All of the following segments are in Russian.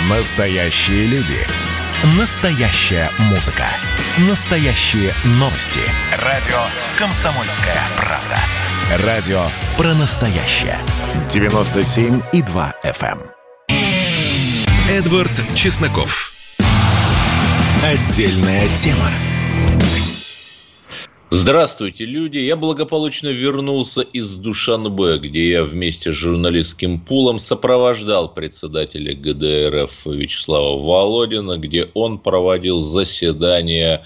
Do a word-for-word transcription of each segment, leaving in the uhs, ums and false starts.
Настоящие люди. Настоящая музыка. Настоящие новости. Радио «Комсомольская правда». Радио про настоящее. девяносто семь и два эф эм. Эдвард Чесноков. Отдельная тема. Здравствуйте, люди. Я благополучно вернулся из Душанбе, где я вместе с журналистским пулом сопровождал председателя гэ дэ эр эф Вячеслава Володина, где он проводил заседание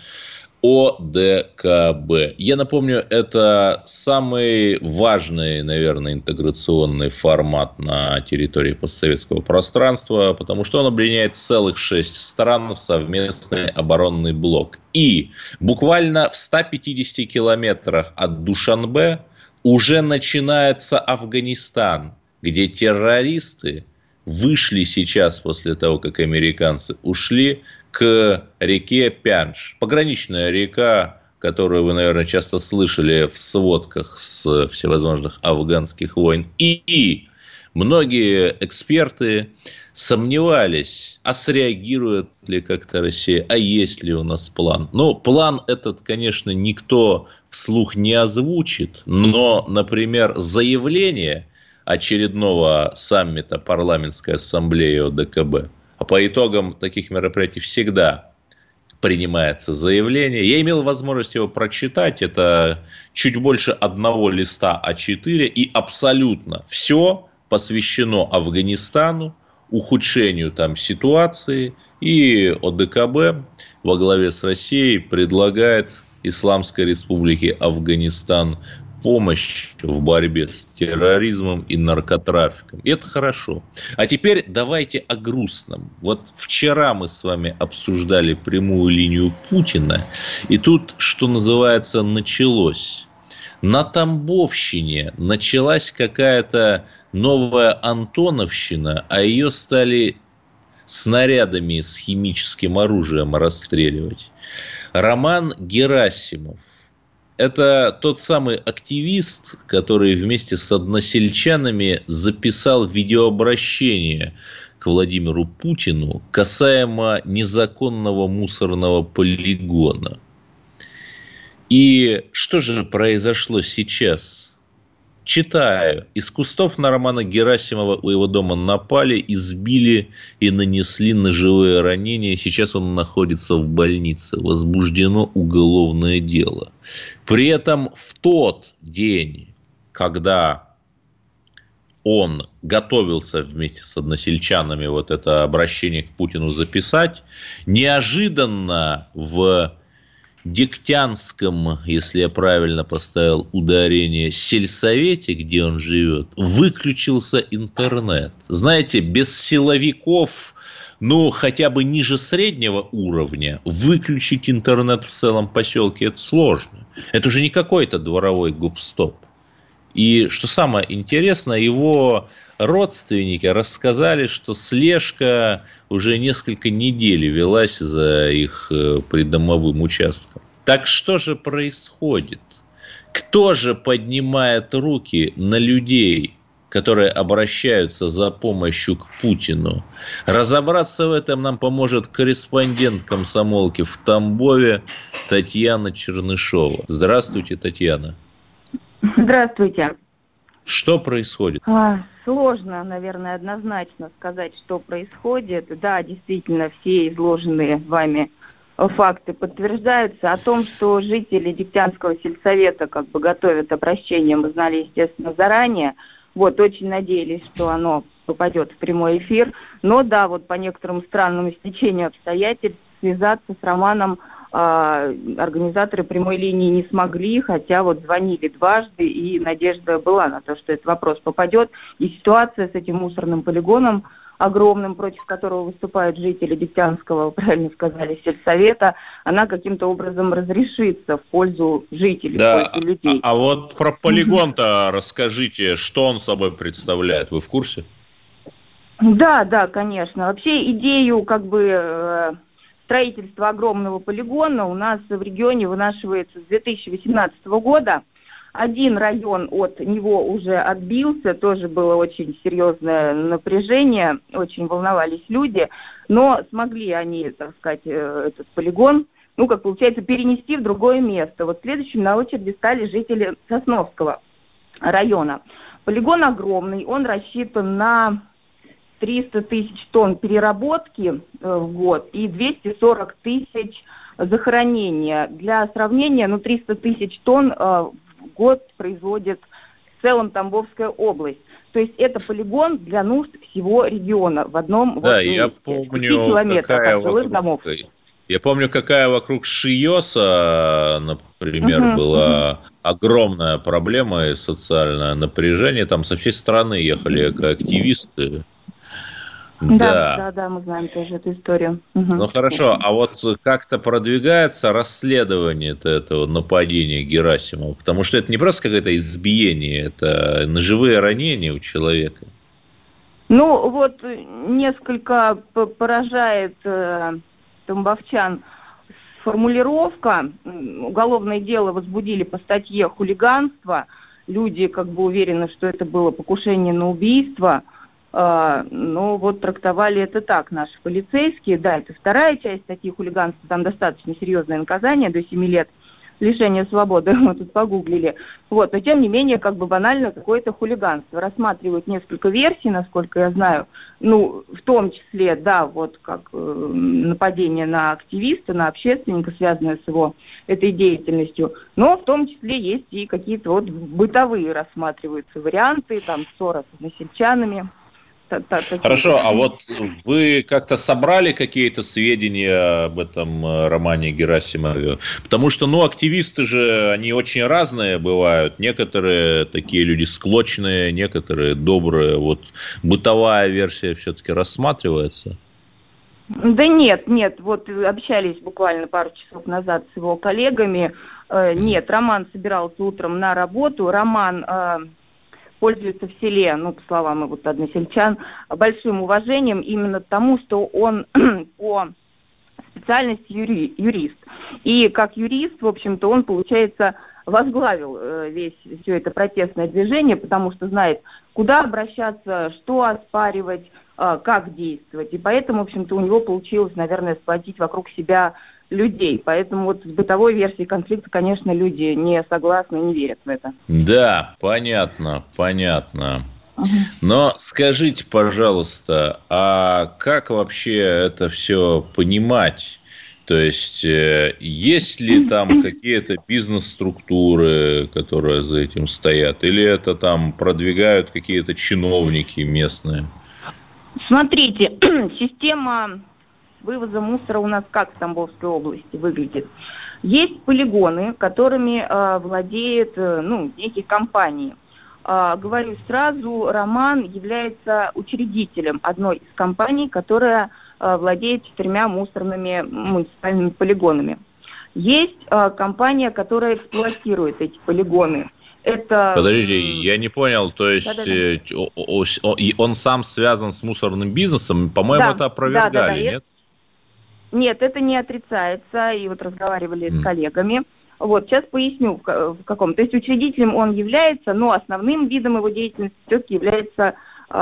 о дэ ка бэ. Я напомню, это самый важный, наверное, интеграционный формат на территории постсоветского пространства, потому что он объединяет целых шесть стран в совместный оборонный блок. И буквально в ста пятидесяти километрах от Душанбе уже начинается Афганистан, где террористы вышли сейчас, после того, как американцы ушли, к реке Пяндж. Пограничная река, которую вы, наверное, часто слышали в сводках с всевозможных афганских войн. И, и многие эксперты сомневались, а среагирует ли как-то Россия, а есть ли у нас план. Ну, план этот, конечно, никто вслух не озвучит, но, например, заявление очередного саммита парламентской ассамблеи о дэ ка бэ, а по итогам таких мероприятий всегда принимается заявление. Я имел возможность его прочитать. Это чуть больше одного листа а четыре. И абсолютно все посвящено Афганистану, ухудшению там ситуации. И о дэ ка бэ во главе с Россией предлагает Исламской Республике Афганистан помощь в борьбе с терроризмом и наркотрафиком. И это хорошо. А теперь давайте о грустном. Вот вчера мы с вами обсуждали прямую линию Путина, и тут, что называется, началось. На Тамбовщине началась какая-то новая Антоновщина, а ее стали снарядами с химическим оружием расстреливать. Роман Герасимов. Это тот самый активист, который вместе с односельчанами записал видеообращение к Владимиру Путину касаемо незаконного мусорного полигона. И что же произошло сейчас? Читаю. Из кустов на Романа Герасимова у его дома напали, избили и нанесли ножевые ранения. Сейчас он находится в больнице. Возбуждено уголовное дело. При этом в тот день, когда он готовился вместе с односельчанами вот это обращение к Путину записать, неожиданно в Дегтянском, если я правильно поставил ударение, сельсовете, где он живет, выключился интернет. Знаете, без силовиков, ну, хотя бы ниже среднего уровня, выключить интернет в целом поселке – это сложно. Это уже не какой-то дворовой гопстоп. И что самое интересное, его родственники рассказали, что слежка уже несколько недель велась за их придомовым участком. Так что же происходит? Кто же поднимает руки на людей, которые обращаются за помощью к Путину? Разобраться в этом нам поможет корреспондент комсомолки в Тамбове Татьяна Чернышова. Здравствуйте, Татьяна. Здравствуйте. Что происходит? А, сложно, наверное, однозначно сказать, что происходит. Да, действительно, все изложенные вами факты подтверждаются. О том, что жители Дегтянского сельсовета как бы готовят обращение, мы знали, естественно, заранее. Вот, очень надеялись, что оно попадет в прямой эфир. Но да, вот по некоторым странному стечению обстоятельств связаться с Романом организаторы прямой линии не смогли, хотя вот звонили дважды, и надежда была на то, что этот вопрос попадет. И ситуация с этим мусорным полигоном огромным, против которого выступают жители Дегтянского, вы правильно сказали, сельсовета, она каким-то образом разрешится в пользу жителей, да, в пользу людей. А, а вот про полигон-то расскажите, что он собой представляет, вы в курсе? Да, да, конечно. Вообще идею как бы строительства огромного полигона у нас в регионе вынашивается с две тысячи восемнадцатого года. Один район от него уже отбился, тоже было очень серьезное напряжение, очень волновались люди, но смогли они, так сказать, этот полигон, ну, как получается, перенести в другое место. Вот следующим на очереди стали жители Сосновского района. Полигон огромный, он рассчитан на триста тысяч тонн переработки в год и двести сорок тысяч захоронения. Для сравнения, ну, триста тысяч тонн в год производит в целом Тамбовская область. То есть это полигон для нужд всего региона в одном да, вот я месте. помню, какая от жилых домов. Я помню, какая вокруг Шиоса, например, uh-huh, была uh-huh. огромная проблема и социальное напряжение. Там со всей страны ехали активисты. Да, да, да, да, мы знаем тоже эту историю. Угу. Ну хорошо, а вот как-то продвигается расследование этого нападения Герасимова? Потому что это не просто какое-то избиение, это ножевые ранения у человека. Ну вот несколько поражает э, тамбовчан формулировка. Уголовное дело возбудили по статье хулиганство. Люди как бы уверены, что это было покушение на убийство. Uh, ну, вот трактовали это так наши полицейские. Да, это вторая часть статьи хулиганства, там достаточно серьезное наказание, до семи лет лишения свободы, мы тут погуглили. Вот, но тем не менее, как бы банально какое-то хулиганство. Рассматривают несколько версий, насколько я знаю, ну, в том числе, да, вот как э, нападение на активиста, на общественника, связанное с его этой деятельностью, но в том числе есть и какие-то вот бытовые рассматриваются варианты, там, ссора с односельчанами. Хорошо, а вот вы как-то собрали какие-то сведения об этом романе Герасимове? Потому что, ну, активисты же, они очень разные бывают. Некоторые такие люди склочные, некоторые добрые. Вот бытовая версия все-таки рассматривается? Да нет, нет. Вот общались буквально пару часов назад с его коллегами. Нет, Роман собирался утром на работу. Роман... пользуется в селе, ну, по словам вот односельчан, большим уважением именно тому, что он по специальности юри, юрист. И как юрист, в общем-то, он, получается, возглавил э, весь все это протестное движение, потому что знает, куда обращаться, что оспаривать, э, как действовать. И поэтому, в общем-то, у него получилось, наверное, сплотить вокруг себя людей. Поэтому вот с бытовой версией конфликта, конечно, люди не согласны, не верят в это. Да, понятно, понятно. Угу. Но скажите, пожалуйста, а как вообще это все понимать? То есть, есть ли там какие-то бизнес-структуры, которые за этим стоят? Или это там продвигают какие-то чиновники местные? Смотрите, система... вывоза мусора у нас как в Тамбовской области выглядит? Есть полигоны, которыми э, владеют э, ну, некие компании. Э, говорю сразу, Роман является учредителем одной из компаний, которая э, владеет четырьмя мусорными муниципальными полигонами. Есть э, компания, которая эксплуатирует эти полигоны. Это... Подождите, я не понял, то есть Да-да-да. он сам связан с мусорным бизнесом? По-моему, да, это опровергали, да, да, да. нет? Нет, это не отрицается, и вот разговаривали mm. с коллегами. Вот, сейчас поясню, в, в каком. То есть учредителем он является, но основным видом его деятельности все-таки является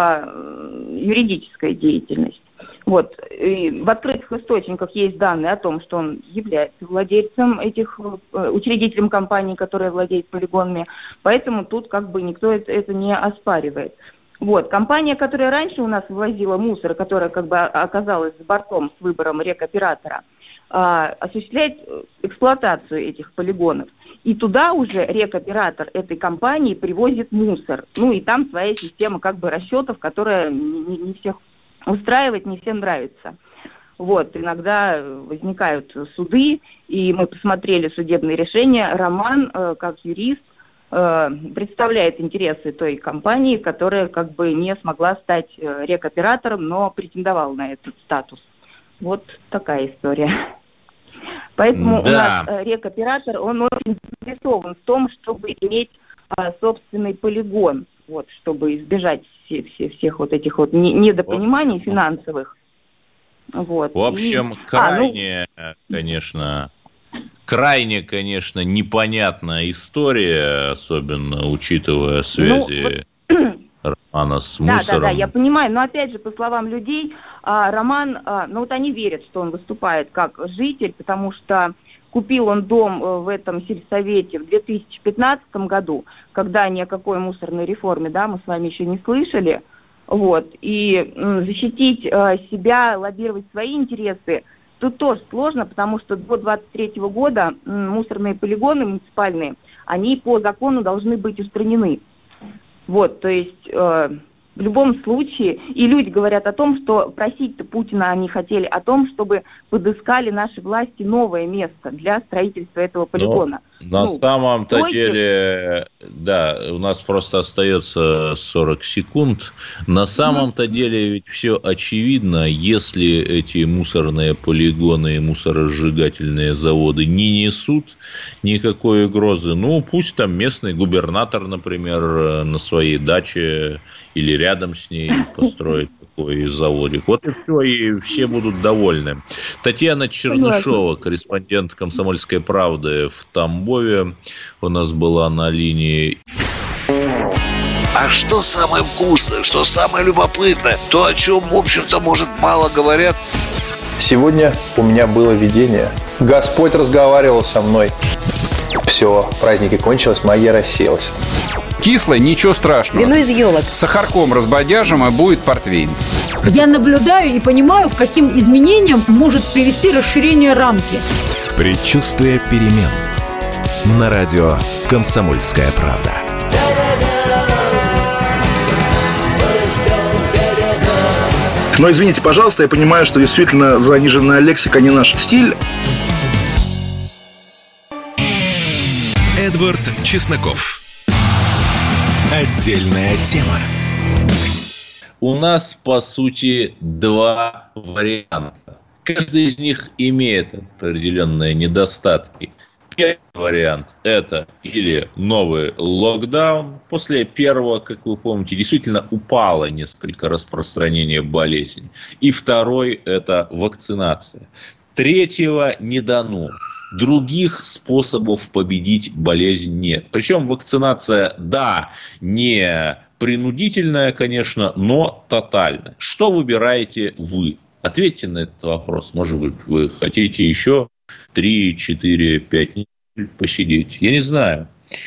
э, юридическая деятельность. Вот, и в открытых источниках есть данные о том, что он является владельцем этих, э, учредителем компании, которая владеет полигонами, поэтому тут как бы никто это, это не оспаривает. Вот, компания, которая раньше у нас вывозила мусор, которая как бы оказалась за бортом с выбором рекоператора, э, осуществляет эксплуатацию этих полигонов. И туда уже рекоператор этой компании привозит мусор. Ну и там своя система как бы расчетов, которая не, не всех устраивает, не всем нравится. Вот, иногда возникают суды, и мы посмотрели судебные решения. Роман, э, как юрист, э, представляет интересы той компании, которая как бы не смогла стать э, рекоператором, но претендовала на этот статус. Вот такая история. Поэтому да. у нас э, рекоператор, он очень заинтересован в том, чтобы иметь э, собственный полигон, вот, чтобы избежать все, все, всех вот этих вот недопониманий финансовых. Вот. В общем, И... крайне, а, ну... конечно, крайне, конечно, непонятная история, особенно учитывая связи ну, вот... Романа с мусором. Да, да, да, я понимаю, но опять же, по словам людей, Роман, ну вот они верят, что он выступает как житель, потому что купил он дом в этом сельсовете в две тысячи пятнадцатом году, когда ни о какой мусорной реформе, да, мы с вами еще не слышали, вот, и защитить себя, лоббировать свои интересы тут тоже сложно, потому что до двадцать третьего года мусорные полигоны муниципальные, они по закону должны быть устранены. Вот, то есть э, в любом случае, и люди говорят о том, что просить-то Путина они хотели о том, чтобы подыскали наши власти новое место для строительства этого полигона. Но на ну, самом-то стойте... деле, да, у нас просто остается сорок секунд. На самом-то mm-hmm. деле ведь все очевидно, если эти мусорные полигоны и мусоросжигательные заводы не несут никакой угрозы, ну, пусть там местный губернатор, например, на своей даче или рядом с ней построит такой заводик. Вот и все, и все будут довольны. Татьяна Чернышова, корреспондент «Комсомольской правды» в Тамбове, у нас была на линии. А что самое вкусное, что самое любопытное, то, о чем, в общем-то, может, мало говорят? Сегодня у меня было видение. Господь разговаривал со мной. Все, праздники кончились, магия рассеялась. Кислое, ничего страшного. Вино из елок. С сахарком разбодяжим, и будет портвейн. Я наблюдаю и понимаю, к каким изменениям может привести расширение рамки. Предчувствие перемен. На радио «Комсомольская правда». Но извините, пожалуйста, я понимаю, что действительно заниженная лексика не наш стиль. Эдвард Чесноков. Отдельная тема. У нас, по сути, два варианта. Каждый из них имеет определенные недостатки. Первый вариант – это или новый локдаун. После первого, как вы помните, действительно упало несколько распространение болезни. И второй – это вакцинация. Третьего не дано. Других способов победить болезнь нет. Причем вакцинация, да, не принудительная, конечно, но тотальная. Что выбираете вы? Ответьте на этот вопрос. Может быть, вы хотите еще три, четыре, пять недель посидеть? Я не знаю.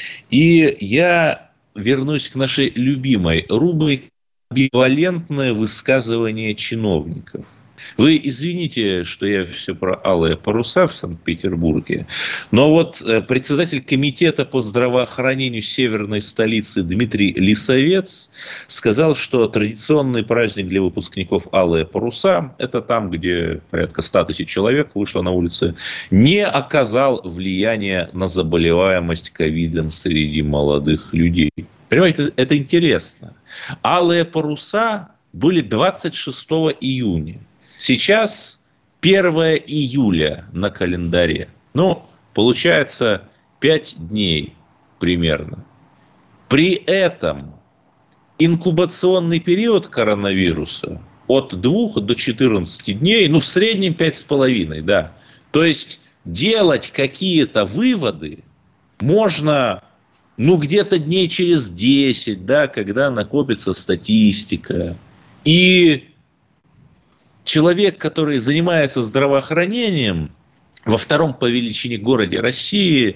И я вернусь к нашей любимой рубрике «Амбивалентное высказывание чиновников». Вы извините, что я все про алые паруса в Санкт-Петербурге, но вот председатель комитета по здравоохранению северной столицы Дмитрий Лисовец сказал, что традиционный праздник для выпускников «Алые паруса» – это там, где порядка ста тысяч человек вышло на улицы, не оказал влияния на заболеваемость ковидом среди молодых людей. Понимаете, это интересно. «Алые паруса» были двадцать шестого июня. Сейчас первое июля на календаре. Ну, получается, пять дней примерно. При этом инкубационный период коронавируса от двух до четырнадцати дней, ну, в среднем пять с половиной, да. То есть делать какие-то выводы можно, ну, где-то дней через десять, да, когда накопится статистика. И человек, который занимается здравоохранением во втором по величине городе России,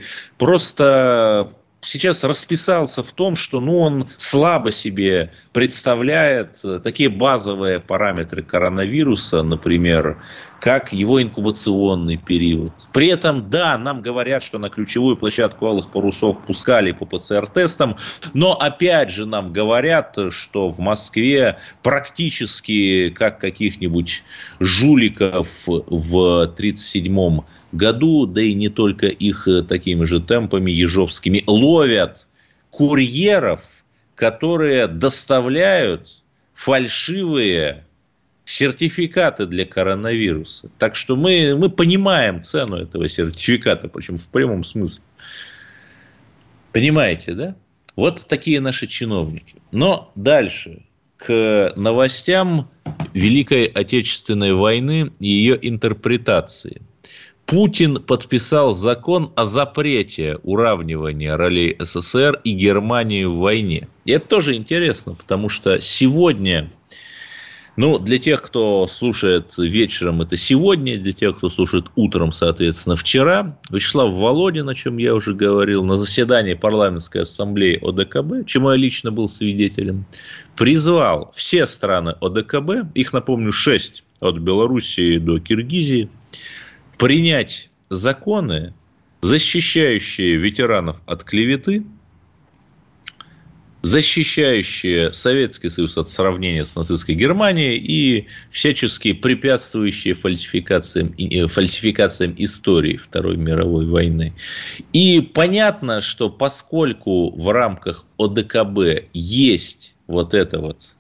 просто сейчас расписался в том, что ну, он слабо себе представляет такие базовые параметры коронавируса, например, как его инкубационный период. При этом, да, нам говорят, что на ключевую площадку «Алых парусов» пускали по ПЦР-тестам, но опять же нам говорят, что в Москве практически как каких-нибудь жуликов в тридцать седьмом году, да и не только их такими же темпами ежовскими, ловят курьеров, которые доставляют фальшивые сертификаты для коронавируса. Так что мы, мы понимаем цену этого сертификата, причем в прямом смысле. Понимаете, да? Вот такие наши чиновники. Но дальше к новостям Великой Отечественной войны и ее интерпретации. Путин подписал закон о запрете уравнивания ролей СССР и Германии в войне. И это тоже интересно, потому что сегодня, ну, для тех, кто слушает вечером, это сегодня, для тех, кто слушает утром, соответственно, вчера, Вячеслав Володин, о чем я уже говорил, на заседании парламентской ассамблеи ОДКБ, чему я лично был свидетелем, призвал все страны ОДКБ, их, напомню, шесть, от Белоруссии до Киргизии, принять законы, защищающие ветеранов от клеветы, защищающие Советский Союз от сравнения с нацистской Германией и всячески препятствующие фальсификациям, фальсификациям истории Второй мировой войны. И понятно, что поскольку в рамках ОДКБ есть вот эта вот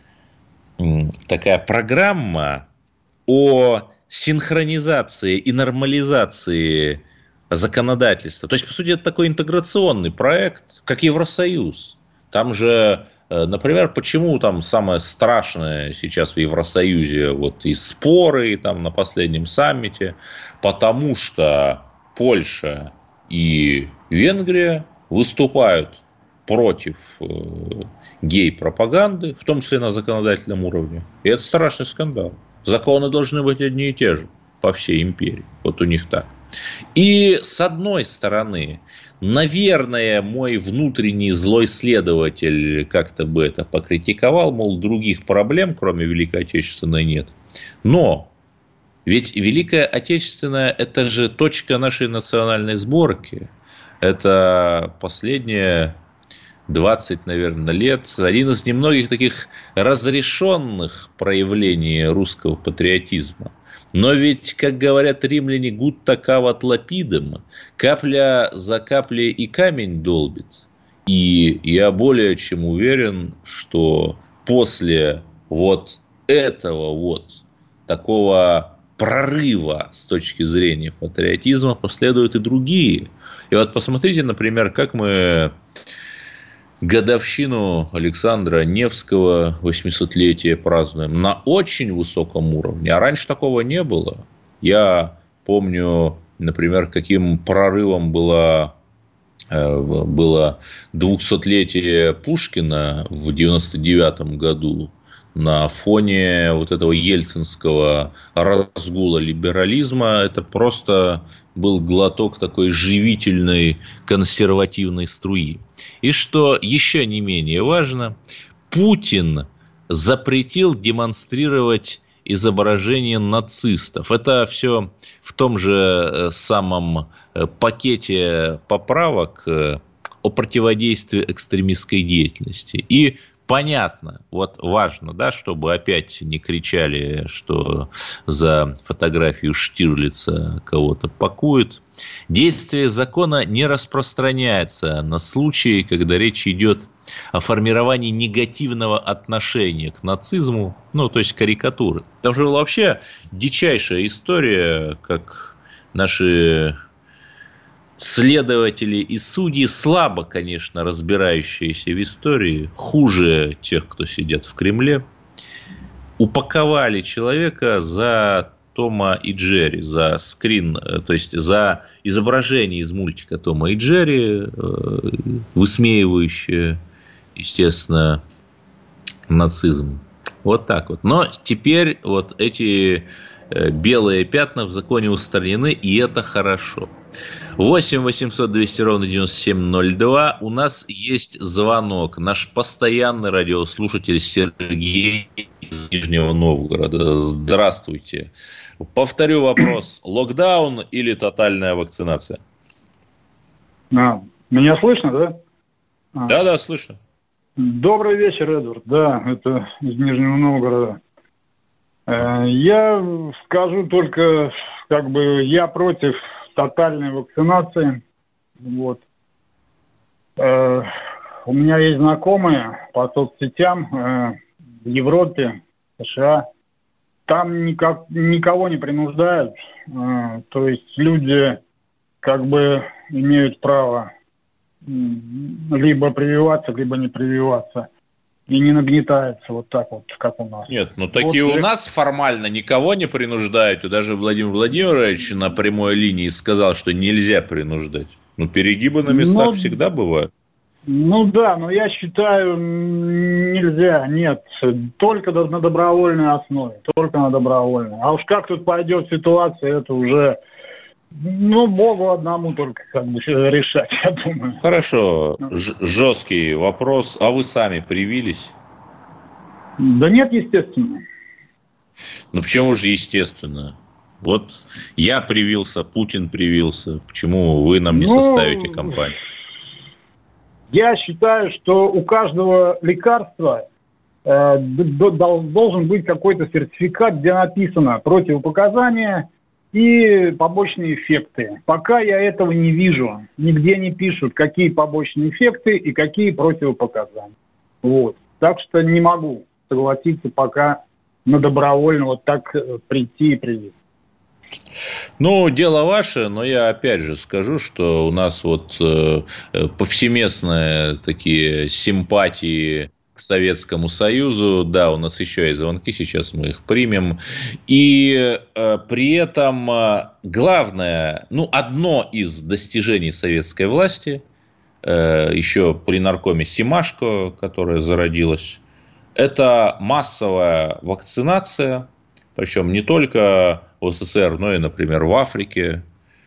такая программа о синхронизации и нормализации законодательства. То есть, по сути, это такой интеграционный проект, как Евросоюз. Там же, например, почему там самое страшное сейчас в Евросоюзе, вот и споры там на последнем саммите, потому что Польша и Венгрия выступают против гей-пропаганды, в том числе на законодательном уровне. И это страшный скандал. Законы должны быть одни и те же по всей империи. Вот у них так. И с одной стороны, наверное, мой внутренний злой следователь как-то бы это покритиковал, мол, других проблем, кроме Великой Отечественной, нет. Но ведь Великая Отечественная – это же точка нашей национальной сборки. Это последние двадцать, наверное, лет. Один из немногих таких разрешенных проявлений русского патриотизма. Но ведь, как говорят римляне, гутта кават лапидем, капля за каплей и камень долбит. И я более чем уверен, что после вот этого вот такого прорыва с точки зрения патриотизма последуют и другие. И вот посмотрите, например, как мы годовщину Александра Невского, восьмисотлетия, празднуем на очень высоком уровне. А раньше такого не было. Я помню, например, каким прорывом было, было двухсотлетие Пушкина в девяносто девятом году на фоне вот этого ельцинского разгула либерализма. Это просто был глоток такой живительной консервативной струи. И что еще не менее важно, Путин запретил демонстрировать изображение нацистов. Это все в том же самом пакете поправок о противодействии экстремистской деятельности. И понятно, вот важно, да, чтобы опять не кричали, что за фотографию Штирлица кого-то пакуют. Действие закона не распространяется на случаи, когда речь идет о формировании негативного отношения к нацизму, ну, то есть карикатуры. Там же была вообще дичайшая история, как наши следователи и судьи, слабо, конечно, разбирающиеся в истории, хуже тех, кто сидят в Кремле, упаковали человека за Тома и Джерри, за скрин, то есть за изображение из мультика Тома и Джерри, высмеивающее, естественно, нацизм. Вот так вот. Но теперь вот эти белые пятна в законе устранены, и это хорошо. восемь восемьсот двести ровно девяносто семь ноль два. У нас есть звонок. Наш постоянный радиослушатель Сергей из Нижнего Новгорода. Здравствуйте. Повторю вопрос. Локдаун или тотальная вакцинация? А, меня слышно, да? А. Да, да, слышно. Добрый вечер, Эдвард. Да, это из Нижнего Новгорода. Я скажу только, как бы, я против тотальной вакцинации. Вот. Э, у меня есть знакомые по соцсетям э, в Европе, США. Там никак, никого не принуждают. Э, то есть люди как бы имеют право либо прививаться, либо не прививаться. и не нагнетается вот так вот, как у нас. Нет, ну такие вот, у нас формально никого не принуждают. И даже Владимир Владимирович на прямой линии сказал, что нельзя принуждать. Ну, перегибы на местах ну, всегда бывают. Ну да, но я считаю, нельзя, нет. Только на добровольной основе. Только на добровольной. А уж как тут пойдет ситуация, это уже... Ну, Богу одному только как бы решать, я думаю. Хорошо. Ж- жесткий вопрос. А вы сами привились? Да нет, естественно. Ну, почему же естественно? Вот я привился, Путин привился. Почему вы нам не ну, составите компанию? Я считаю, что у каждого лекарства э, должен быть какой-то сертификат, где написано противопоказания и побочные эффекты. Пока я этого не вижу. Нигде не пишут, какие побочные эффекты и какие противопоказания. Вот. Так что не могу согласиться пока на добровольно вот так прийти и привиться. Ну, дело ваше, но я опять же скажу, что у нас вот э, повсеместные такие симпатии к Советскому Союзу. Да, у нас еще есть звонки, сейчас мы их примем. И э, при этом э, главное, ну, одно из достижений советской власти, э, еще при наркоме Семашко, которая зародилась, это массовая вакцинация, причем не только в СССР, но и, например, в Африке.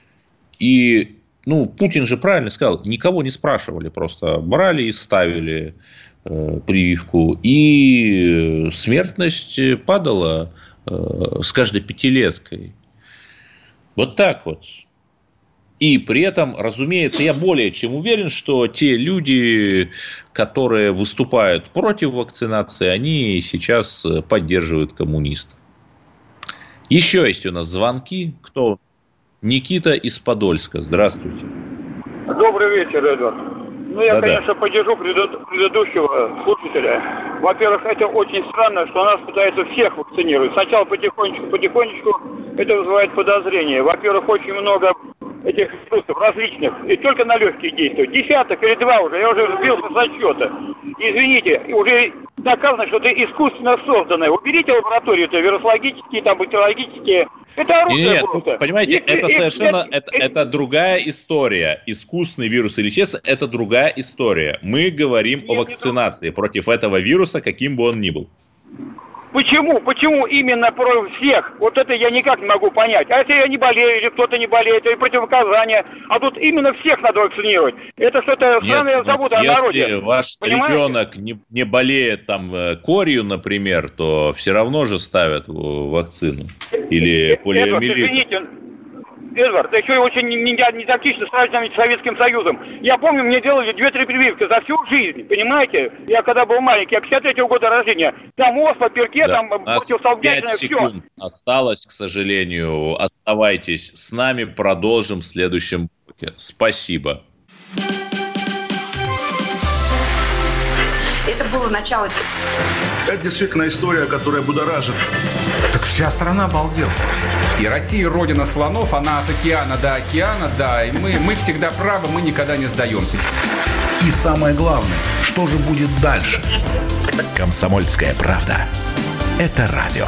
И, ну, Путин же правильно сказал, никого не спрашивали, просто брали и ставили э, прививку. И смертность падала э, с каждой пятилеткой. Вот так вот. И при этом, разумеется, я более чем уверен, что те люди, которые выступают против вакцинации, они сейчас поддерживают коммунистов. Еще есть у нас звонки. Кто? Никита из Подольска. Здравствуйте. Добрый вечер, Эдвард. Ну, я, Да-да. конечно, поддержу предыдущего слушателя. Во-первых, это очень странно, что нас пытаются всех вакцинировать. Сначала потихонечку, потихонечку. Это вызывает подозрения. Во-первых, очень много этих вирусов различных. И только на легкие действуют. Десяток или два уже. Я уже сбился со счета. Извините, уже доказано, что это искусственно созданное. Уберите лабораторию-то, вирусологические, там, бактериологические. Это оружие Нет, просто. ну, понимаете, И- это и- совершенно, и- это, и- это другая история. Искусственный вирус или честно, это другая история. Мы говорим о вакцинации против этого вируса, каким бы он ни был. Почему? Почему именно против всех? Вот это я никак не могу понять. А если я не болею, или кто-то не болеет, или противопоказания, а тут именно всех надо вакцинировать. Это что-то Нет, странная ну, забота о народе. если ваш Понимаете? ребенок не, не болеет там э, корью, например, то все равно же ставят в- вакцину. Или Эдвард, полиомиелит. извините, Эдвард, это еще и очень не, не, не тактично с разными Советским Союзом. Я помню, мне делали две-три прививки за всю жизнь, понимаете? Я когда был маленький, я пятьдесят третьего года рождения. Там оспа, перке, Да, там у нас противосолбятина, пять все. секунд осталось, к сожалению. Оставайтесь с нами, продолжим в следующем блоке. Спасибо. Это было начало. Это действительно история, которая будоражит. Так вся страна обалдела. И Россия родина слонов, она от океана до океана, да. И мы, мы всегда правы, мы никогда не сдаемся. И самое главное, что же будет дальше? Комсомольская правда. Это радио.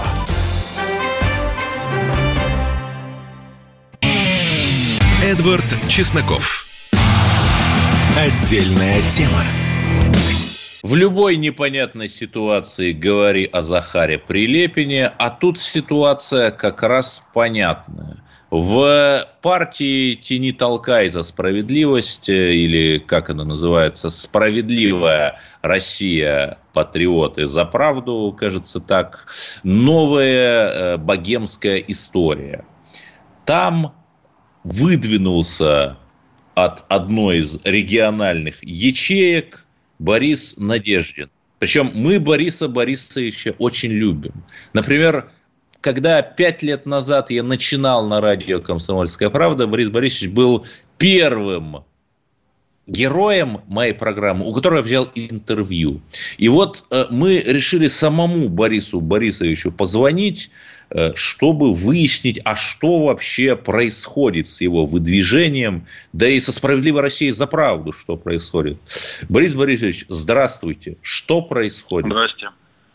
Эдвард Чесноков. Отдельная тема. В любой непонятной ситуации говори о Захаре Прилепине, а тут ситуация как раз понятная. В партии «Тяни толкай за справедливость», или как она называется, «Справедливая Россия, патриоты за правду», кажется так, новая э, богемская история. Там выдвинулся от одной из региональных ячеек Борис Надеждин. Причем мы Бориса Борисовича очень любим. Например, когда пять лет назад я начинал на радио «Комсомольская правда», Борис Борисович был первым героем моей программы, у которого я взял интервью. И вот э, мы решили самому Борису Борисовичу позвонить, чтобы выяснить, а что вообще происходит с его выдвижением, да и со «Справедливой Россией за правду», что происходит. Борис Борисович, здравствуйте. Что происходит? Здрасте.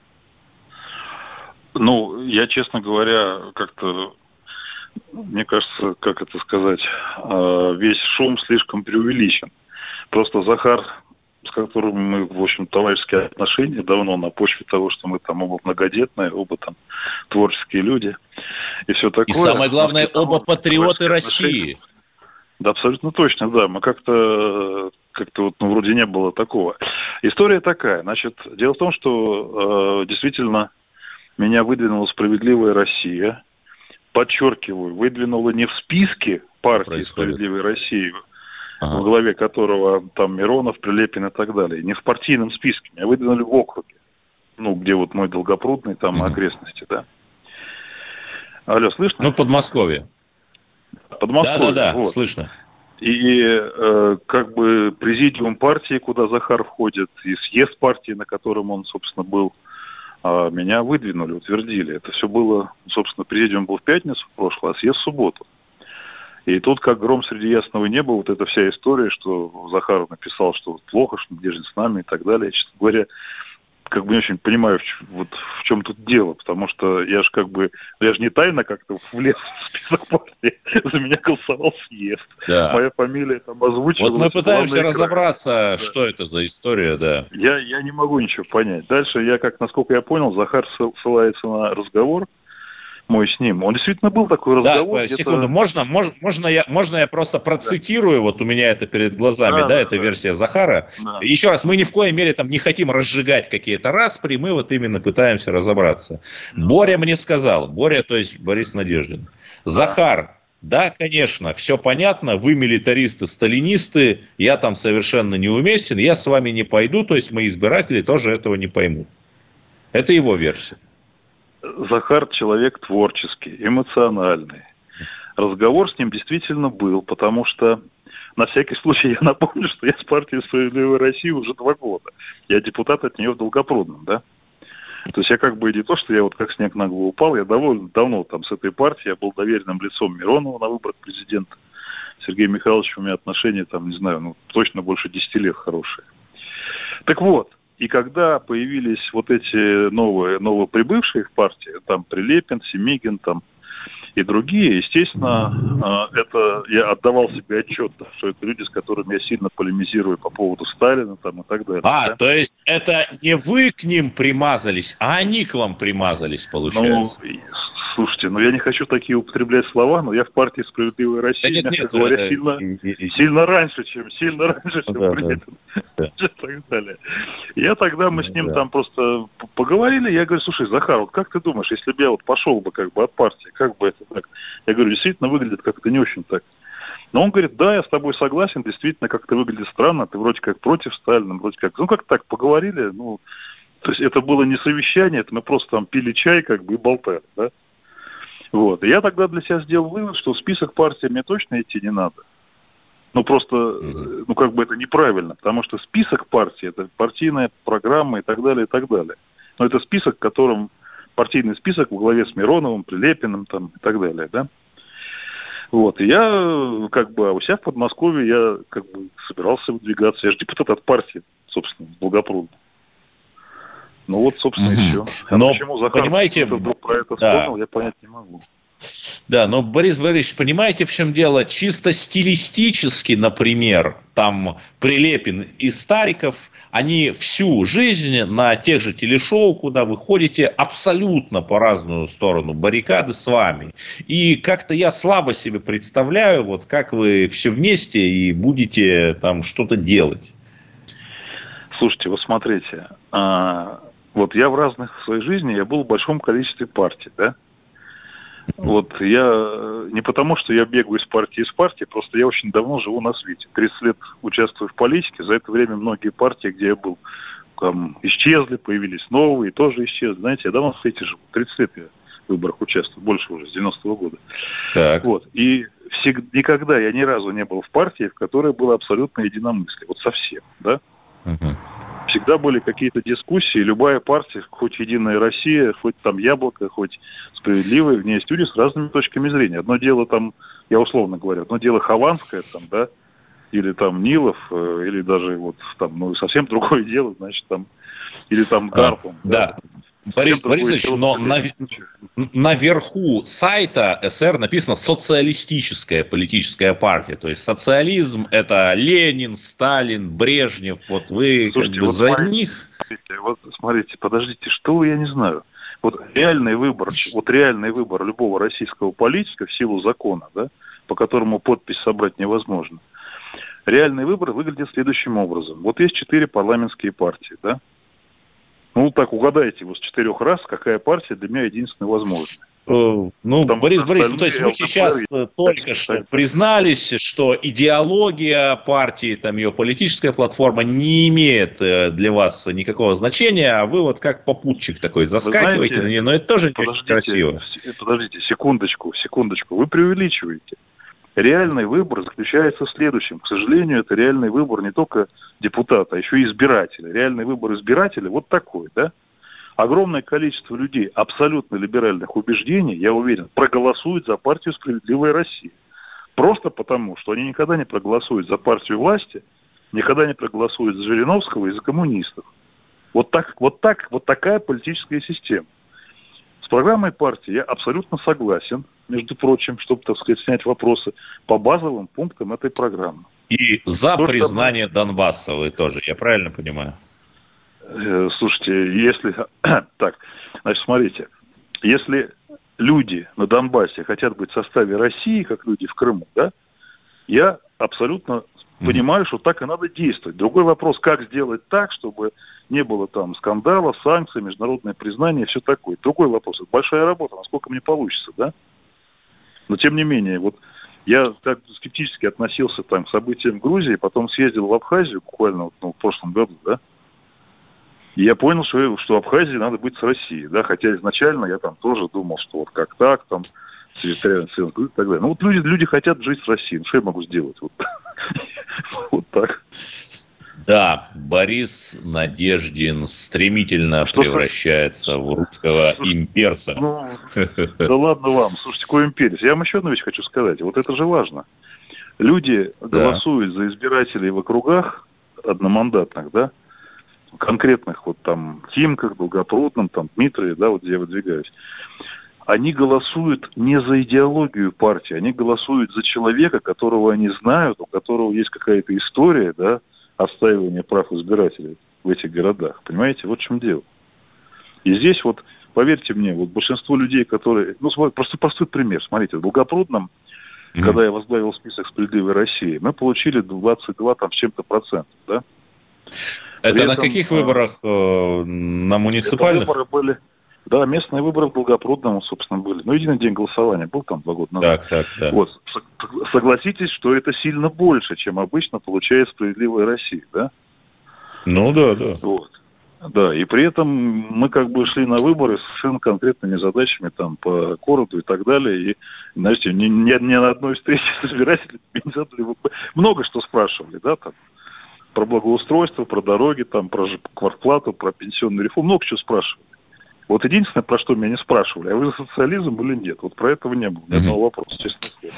Ну, я, честно говоря, как-то, мне кажется, как это сказать, весь шум слишком преувеличен. Просто Захар, с которым мы, в общем, товарищеские отношения давно на почве того, что мы там оба многодетные, оба там творческие люди и все такое. И самое главное, оба патриоты России. Да, абсолютно точно, да. Мы как-то, как-то вот, ну, вроде не было такого. История такая. Значит, дело в том, что э, действительно меня выдвинула «Справедливая Россия». Подчеркиваю, выдвинула не в списке партии «Справедливой России», ага. в главе которого там Миронов, Прилепин и так далее, не в партийном списке, меня выдвинули в округе, ну, где вот мой Долгопрудный, там угу. окрестности, да. Алло, слышно? Ну, Подмосковье. Подмосковье, да-да-да, вот. Слышно. И э, как бы президиум партии, куда Захар входит, и съезд партии, на котором он, собственно, был, э, меня выдвинули, утвердили. Это все было, собственно, президиум был в пятницу в прошлое, а съезд в субботу. И тут, как гром среди ясного неба, вот эта вся история, что Захар написал, что плохо, что где же с нами и так далее. Честно говоря, как бы не очень понимаю, в, вот в чем тут дело, потому что я же как бы, я же не тайно как-то влез в список партии, за меня голосовал съезд. Да. Моя фамилия там озвучивалась. Вот мы пытаемся разобраться, да. что это за история, да. Я, я не могу ничего понять. Дальше я, как, насколько я понял, Захар ссылается на разговор мой с ним. Он действительно был такой разговор. Да, секунду, можно, можно, можно, я, можно я просто процитирую, да. вот у меня это перед глазами, да, да, да эта да. версия Захара. Да. Еще раз, мы ни в коей мере там не хотим разжигать какие-то распри, мы вот именно пытаемся разобраться. Да. Боря мне сказал, Боря, то есть Борис Надеждин, Захар, да, конечно, все понятно, вы милитаристы, сталинисты, я там совершенно неуместен, я с вами не пойду, то есть мои избиратели тоже этого не поймут. Это его версия. Захар человек творческий, эмоциональный. Разговор с ним действительно был, потому что, на всякий случай, я напомню, что я с партией «Справедливая Россия» уже два года. Я депутат от нее в Долгопрудном, да? То есть я как бы не то, что я вот как снег на голову упал, я довольно давно там с этой партией, я был доверенным лицом Миронова на выборах президента. С Сергеем Михайловичем у меня отношения там, не знаю, ну точно больше десяти лет хорошие. Так вот. И когда появились вот эти новые, новоприбывшие в партии, там Прилепин, Семигин там, и другие, естественно, это я отдавал себе отчет, что это люди, с которыми я сильно полемизирую по поводу Сталина там, и так далее. А, да? То есть это не вы к ним примазались, а они к вам примазались, получается? Ну, слушайте, ну я не хочу такие употреблять слова, но я в партии «Справедливая Россия», да нет, нет, говоря, да, сильно, да, сильно раньше, чем сильно раньше, чем да, Прилепин, да, да. и так далее. Я тогда, мы с ним да. там просто поговорили, я говорю, слушай, Захар, вот как ты думаешь, если бы я вот пошел бы как бы от партии, как бы это так? Я говорю, действительно выглядит как-то не очень так. Но он говорит, да, я с тобой согласен, действительно как-то выглядит странно, ты вроде как против Сталина, вроде как, ну как так, поговорили, ну, то есть это было не совещание, это мы просто там пили чай как бы и болтали, да. Вот. И я тогда для себя сделал вывод, что в список партии мне точно идти не надо. Ну, просто, ну, как бы это неправильно, потому что список партии, это партийная программа и так далее, и так далее. Но это список, в котором, партийный список в главе с Мироновым, Прилепиным там и так далее, да. Вот, и я, как бы, а у себя в Подмосковье я, как бы, собирался выдвигаться. Я же депутат от партии, собственно, Долгопрудный. Ну вот, собственно, mm-hmm. и все. А но, почему Захар понимаете, вдруг про это вспомнил, да. я понять не могу. Да, но, Борис Борисович, понимаете, в чем дело? Чисто стилистически, например, там Прилепин и Стариков, они всю жизнь на тех же телешоу, куда вы ходите, абсолютно по разную сторону баррикады с вами. И как-то я слабо себе представляю, вот как вы все вместе и будете там что-то делать. Слушайте, вот смотрите, а, вот я в разных в своей жизни, я был в большом количестве партий, да? Вот я, не потому что я бегаю из партии из партии, просто я очень давно живу на свете. тридцать лет участвую в политике, за это время многие партии, где я был, там, исчезли, появились новые, тоже исчезли. Знаете, я давно на свете живу, тридцать лет я в выборах участвую, больше уже, с девяностого года. Так. Вот, и всегда, никогда я ни разу не был в партии, в которой было абсолютно единомыслие, вот совсем, да? Угу. всегда были какие-то дискуссии, любая партия, хоть «Единая Россия», хоть там «Яблоко», хоть «Справедливая», в ней есть люди с разными точками зрения. Одно дело там, я условно говорю, одно дело Хованское, там, да, или там Нилов, или даже вот там, ну, совсем другое дело, значит, там, или там Гарпун. А, да. да. Борис Борисович, но на, наверху сайта СССР написано «социалистическая политическая партия». То есть социализм – это Ленин, Сталин, Брежнев. Вот вы Слушайте, как бы вот за смотрите, них... Вот смотрите, подождите, что вы, я не знаю. Вот реальный выбор, вот реальный выбор любого российского политика в силу закона, да, по которому подпись собрать невозможно. Реальный выбор выглядит следующим образом. Вот есть четыре парламентские партии, да? Ну, так угадайте вот с четырех раз, какая партия для меня единственная возможная. Ну, Потому Борис Борисович, то есть вы сейчас ЛДПР, только так, что так, признались, что идеология партии, там ее политическая платформа не имеет для вас никакого значения, а вы вот как попутчик такой заскакиваете на нее, но это тоже не очень красиво. Подождите, секундочку, секундочку, вы преувеличиваете. Реальный выбор заключается в следующем. К сожалению, это реальный выбор не только депутата, а еще и избирателя. Реальный выбор избирателя вот такой, да? Огромное количество людей абсолютно либеральных убеждений, я уверен, проголосуют за партию «Справедливая Россия». Просто потому, что они никогда не проголосуют за партию власти, никогда не проголосуют за Жириновского и за коммунистов. Вот так, вот так, вот такая политическая система. С программой партии я абсолютно согласен, между прочим, чтобы, так сказать, снять вопросы по базовым пунктам этой программы. И за То, признание что... Донбасса вы тоже, я правильно понимаю? Э, слушайте, если... так, значит, смотрите, если люди на Донбассе хотят быть в составе России, как люди в Крыму, да, я абсолютно mm-hmm. понимаю, что так и надо действовать. Другой вопрос, как сделать так, чтобы не было там скандалов, санкций, международное признание и все такое. Другой вопрос, это большая работа, насколько мне получится, да? Но тем не менее, вот я так скептически относился там, к событиям в Грузии, потом съездил в Абхазию буквально вот, ну, в прошлом году, да, и я понял, что, что в Абхазии надо быть с Россией, да, хотя изначально я там тоже думал, что вот как так, там, территориальный союз и так далее. Ну вот люди, люди хотят жить с Россией, ну что я могу сделать? Вот, вот так. Да, Борис Надеждин стремительно что превращается что? в русского имперца. Ну, да ладно вам, слушайте, какой имперец. Я вам еще одну вещь хочу сказать. Вот это же важно. Люди да. голосуют за избирателей в округах одномандатных, да, конкретных вот там Химках, Долгопрудном, там Дмитрове, да, вот где я выдвигаюсь. Они голосуют не за идеологию партии, они голосуют за человека, которого они знают, у которого есть какая-то история, да, отстаивание прав избирателей в этих городах. Понимаете, вот в чем дело. И здесь вот, поверьте мне, вот большинство людей, которые... Ну, просто простой пример. Смотрите, в Долгопрудном, mm-hmm. когда я возглавил список «Справедливой России», мы получили двадцать два там с чем-то процентов, да? Это При на этом, каких выборах? Э, на муниципальных? Выборы были... Да, местные выборы в Долгопрудном, собственно, были. Ну, единый день голосования был там два года назад. Так, так, так. Вот. Согласитесь, что это сильно больше, чем обычно получает «Справедливая Россия», да? Ну, да, да. Вот. Да, и при этом мы как бы шли на выборы с совершенно конкретными задачами там по городу и так далее. И, знаете, ни, ни, ни на одной встрече с избирателями не задали вопрос. Много что спрашивали, да, там. Про благоустройство, про дороги, там, про квартплату, про пенсионную реформу. Много чего спрашивали. Вот единственное, про что меня не спрашивали, а вы за социализм или нет? Вот про этого не было ни одного mm-hmm. вопроса, честно сказать.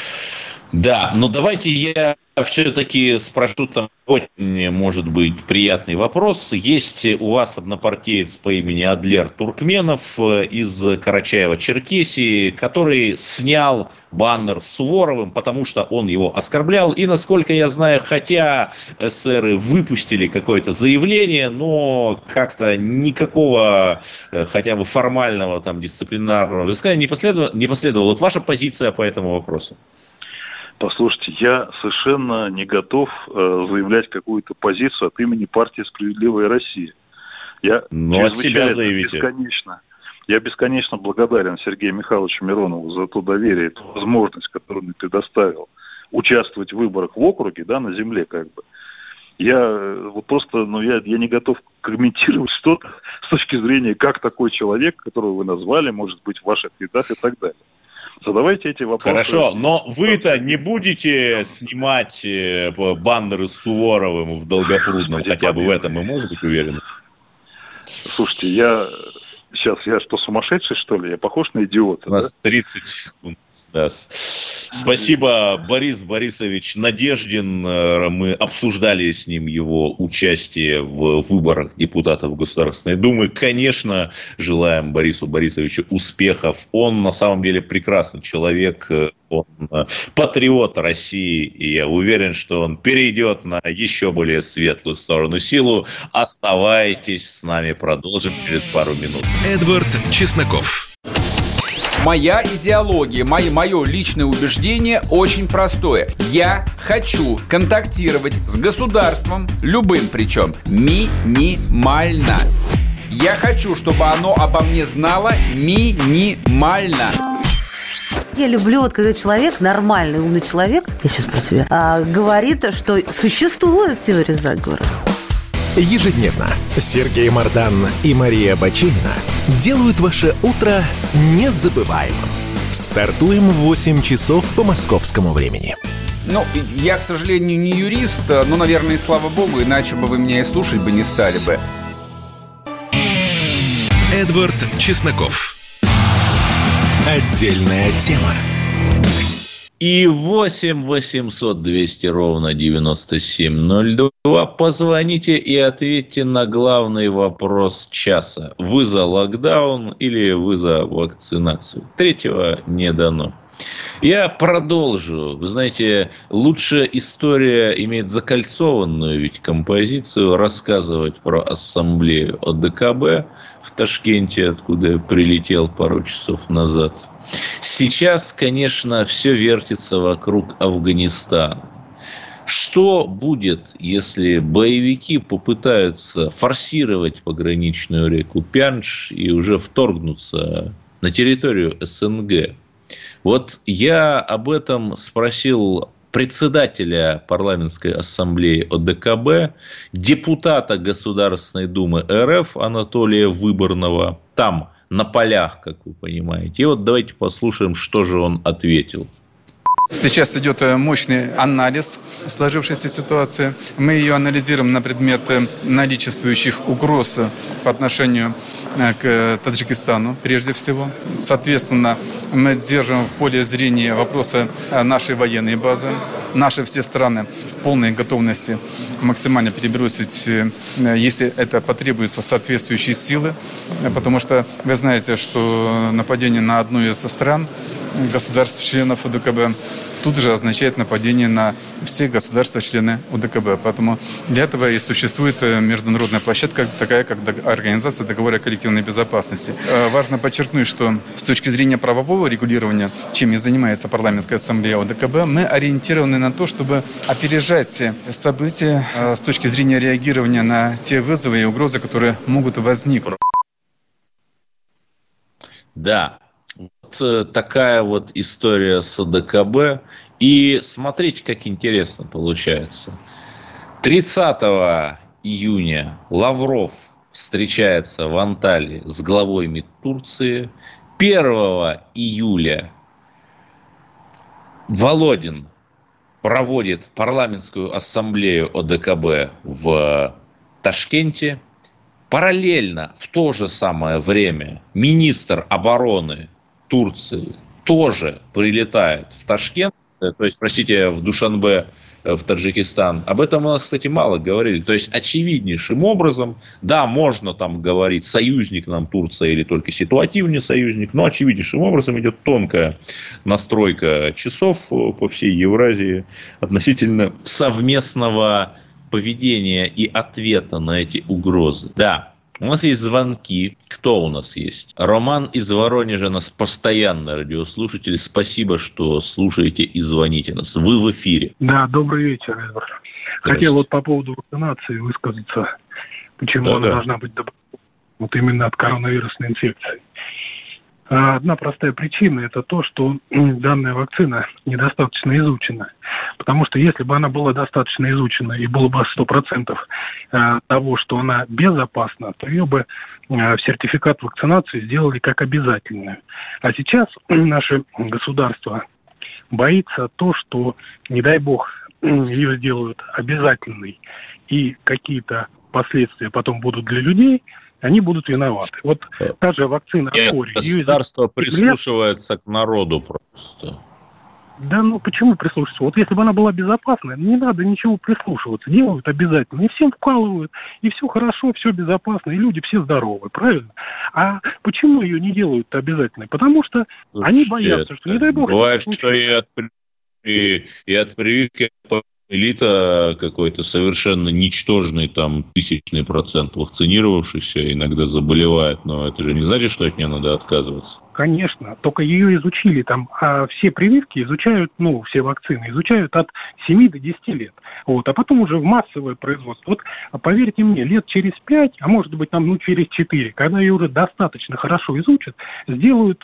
Да, но давайте я все-таки спрошу там очень, может быть, приятный вопрос. Есть у вас однопартиец по имени Адлер Туркменов из Карачаева-Черкесии, который снял баннер с Суворовым, потому что он его оскорблял. И, насколько я знаю, хотя эсеры выпустили какое-то заявление, но как-то никакого хотя бы формального там дисциплинарного взыскания не последовало. Не последовало. Вот ваша позиция по этому вопросу? Послушайте, я совершенно не готов э, заявлять какую-то позицию от имени партии «Справедливая Россия». Я ну, от себя заявите. Бесконечно, я бесконечно благодарен Сергею Михайловичу Миронову за то доверие, ту возможность, которую он мне предоставил участвовать в выборах в округе, да, на земле как бы. Я вот просто, ну, я, я не готов комментировать что-то с точки зрения, как такой человек, которого вы назвали, может быть в ваших рядах и так далее. Задавайте эти вопросы. Хорошо, но вы-то не будете снимать баннеры с Суворовым в Долгопрудном, хотя бы в этом мы можем быть уверены? Слушайте, я... Сейчас, я что, сумасшедший, что ли? Я похож на идиота? У нас да? тридцать секунд. Да. Спасибо, Борис Борисович Надеждин. Мы обсуждали с ним его участие в выборах депутатов Государственной Думы. Конечно, желаем Борису Борисовичу успехов. Он на самом деле прекрасный человек. Он патриот России. И я уверен, что он перейдет на еще более светлую сторону силу. Оставайтесь с нами. Продолжим через пару минут. Эдвард Чесноков. Моя идеология, мое, мое личное убеждение очень простое. Я хочу контактировать с государством, любым причем, минимально. Я хочу, чтобы оно обо мне знало минимально. Я люблю, вот когда человек, нормальный, умный человек, я сейчас про тебя, а, говорит, что существует теория заговора. Ежедневно Сергей Мардан и Мария Баченина делают ваше утро незабываемым. Стартуем в восемь часов по московскому времени. Ну, я, к сожалению, не юрист, но, наверное, и слава богу, иначе бы вы меня и слушать бы не стали бы. Эдвард Чесноков. Отдельная тема. И восемь восемьсот двести ровно девяносто семь ноль два. Позвоните и ответьте на главный вопрос часа. Вы за локдаун или вы за вакцинацию? Третьего не дано. Я продолжу. Вы знаете, лучше история имеет закольцованную ведь композицию рассказывать про ассамблею о дэ ка бэ в Ташкенте, откуда я прилетел пару часов назад. Сейчас, конечно, все вертится вокруг Афганистана. Что будет, если боевики попытаются форсировать пограничную реку Пянш и уже вторгнуться на территорию эс эн гэ? Вот я об этом спросил председателя парламентской ассамблеи о дэ ка бэ, депутата Государственной Думы эр эф Анатолия Выборного, там, на полях, как вы понимаете. И вот давайте послушаем, что же он ответил. Сейчас идет мощный анализ сложившейся ситуации. Мы ее анализируем на предмет наличествующих угроз по отношению к Таджикистану, прежде всего. Соответственно, мы держим в поле зрения вопросы нашей военной базы. Наши все страны в полной готовности максимально перебросить, если это потребуется, соответствующие силы. Потому что вы знаете, что нападение на одну из стран, государств-членов о дэ ка бэ, тут же означает нападение на все государства-члены о дэ ка бэ. Поэтому для этого и существует международная площадка, такая как Организация договора о коллективной безопасности. Важно подчеркнуть, что с точки зрения правового регулирования, чем и занимается парламентская ассамблея о дэ ка бэ, мы ориентированы на то, чтобы опережать события с точки зрения реагирования на те вызовы и угрозы, которые могут возникнуть. Да. Вот такая вот история с о дэ ка бэ. И смотрите, как интересно получается. тридцатого июня Лавров встречается в Анталии с главой МИД Турции. первого июля Володин проводит парламентскую ассамблею о дэ ка бэ в Ташкенте. Параллельно, в то же самое время, министр обороны Турции тоже прилетает в Ташкент, то есть, простите, в Душанбе, в Таджикистан. Об этом у нас, кстати, мало говорили. То есть, очевиднейшим образом, да, можно там говорить, союзник нам Турция или только ситуативный союзник, но очевиднейшим образом идет тонкая настройка часов по всей Евразии относительно совместного поведения и ответа на эти угрозы. Да. У нас есть звонки. Кто у нас есть? Роман из Воронежа, нас постоянно радиослушатель. Спасибо, что слушаете и звоните нас. Вы в эфире. Да, добрый вечер, Эдвард. Хотел вот по поводу вакцинации высказаться, почему да, она да. должна быть добровольной, вот именно от коронавирусной инфекции. Одна простая причина – это то, что данная вакцина недостаточно изучена. Потому что если бы она была достаточно изучена и было бы сто процентов того, что она безопасна, то ее бы в сертификат вакцинации сделали как обязательную. А сейчас наше государство боится то, что, не дай бог, ее сделают обязательной, и какие-то последствия потом будут для людей, они будут виноваты. Вот та же вакцина от кори. Государство прислушивается к народу просто. Да ну почему прислушиваться? Вот если бы она была безопасной, не надо ничего прислушиваться. Делают обязательно. И всем вкалывают, и все хорошо, все безопасно, и люди все здоровы, правильно? А почему ее не делают обязательной? Потому что Слушайте, они боятся, что не дай бог... Бывает, что и от, и, и от прививки элита какой-то совершенно ничтожный, там, тысячный процент вакцинировавшихся иногда заболевает, но это же не значит, что от нее надо отказываться. Конечно, только ее изучили там, а все прививки изучают, ну, все вакцины изучают от семи до десяти лет. Вот, а потом уже в массовое производство. Вот, поверьте мне, лет через пять, а может быть там, ну, через четыре, когда ее уже достаточно хорошо изучат, сделают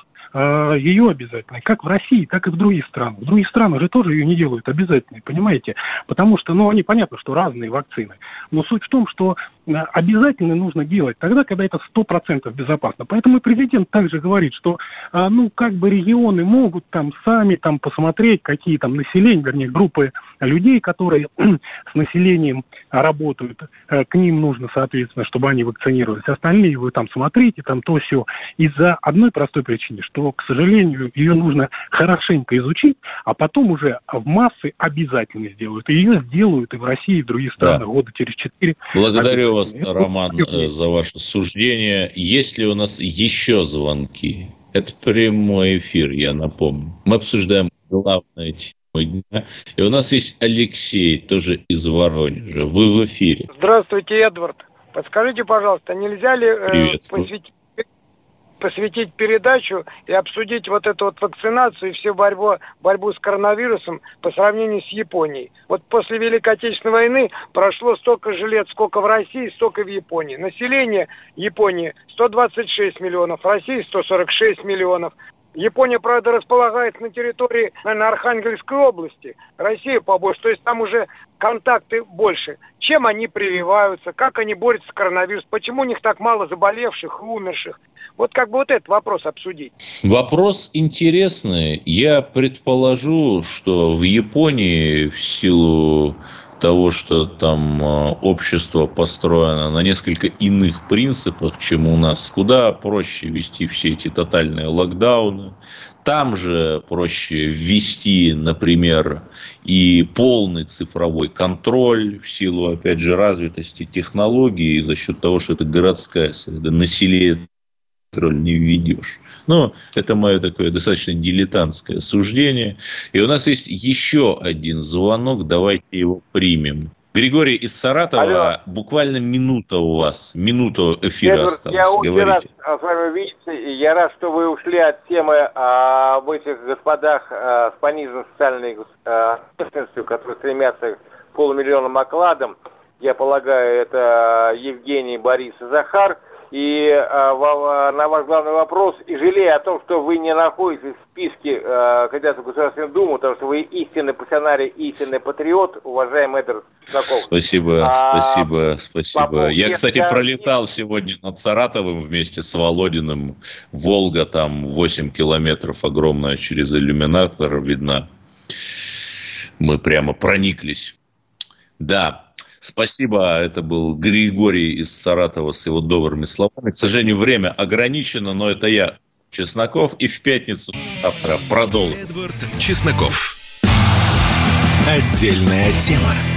ее обязательной, как в России, так и в других странах. В других странах же тоже ее не делают обязательной, понимаете? Потому что, ну, они, понятно, что разные вакцины. Но суть в том, что обязательно нужно делать тогда, когда это сто процентов безопасно. Поэтому и президент также говорит, что, ну, как бы регионы могут там сами там посмотреть, какие там населения, вернее, группы людей, которые с населением работают, к ним нужно, соответственно, чтобы они вакцинировались. Остальные вы там смотрите, там то все. Из-за одной простой причины, что, к сожалению, ее нужно хорошенько изучить, а потом уже в массы обязательно сделают. И ее сделают и в России, и в других странах да. года через четыре. Благодарю вас, Роман, за ваше суждение. Есть ли у нас еще звонки? Это прямой эфир, я напомню. Мы обсуждаем главные темы дня. И у нас есть Алексей, тоже из Воронежа. Вы в эфире. Здравствуйте, Эдвард. Подскажите, пожалуйста, нельзя ли э, посвятить... посвятить передачу и обсудить вот эту вот вакцинацию и всю борьбу, борьбу с коронавирусом по сравнению с Японией. Вот после Великой Отечественной войны прошло столько же лет, сколько в России, столько и в Японии. Население Японии сто двадцать шесть миллионов, России сто сорок шесть миллионов. Япония, правда, располагается на территории, наверное, Архангельской области, Россия побольше, то есть там уже контакты больше. Чем они прививаются, как они борются с коронавирусом, почему у них так мало заболевших и умерших? Вот как бы вот этот вопрос обсудить. Вопрос интересный. Я предположу, что в Японии в силу того, что там общество построено на несколько иных принципах, чем у нас, куда проще вести все эти тотальные локдауны. Там же проще ввести, например, и полный цифровой контроль в силу, опять же, развитости технологий и за счет того, что это городская среда, население контроль не введешь. Ну, это мое такое достаточно дилетантское суждение. И у нас есть еще один звонок, давайте его примем. Григорий из Саратова, Алло. Буквально минута у вас, минуту эфира Эдвард, осталось. Я очень рад с вами видеться, и я рад, что вы ушли от темы об этих господах с пониженной социальной ответственностью, которые стремятся к полумиллионным окладам. Я полагаю, это Евгений, Борис и Захар. И э, на ваш главный вопрос, и жалею о том, что вы не находитесь в списке э, кандидатов в Государственную Думу, потому что вы истинный пассионарий, истинный патриот, уважаемый Эдвард Чесноков. Спасибо, а, спасибо, спасибо. Я, кстати, я... пролетал сегодня над Саратовым вместе с Володиным. Волга там восемь километров огромная через иллюминатор видна. Мы прямо прониклись. Да. Спасибо, это был Григорий из Саратова с его добрыми словами. К сожалению, время ограничено, но это я, Чесноков, и в пятницу завтра продолжим. Эдвард Чесноков. Отдельная тема.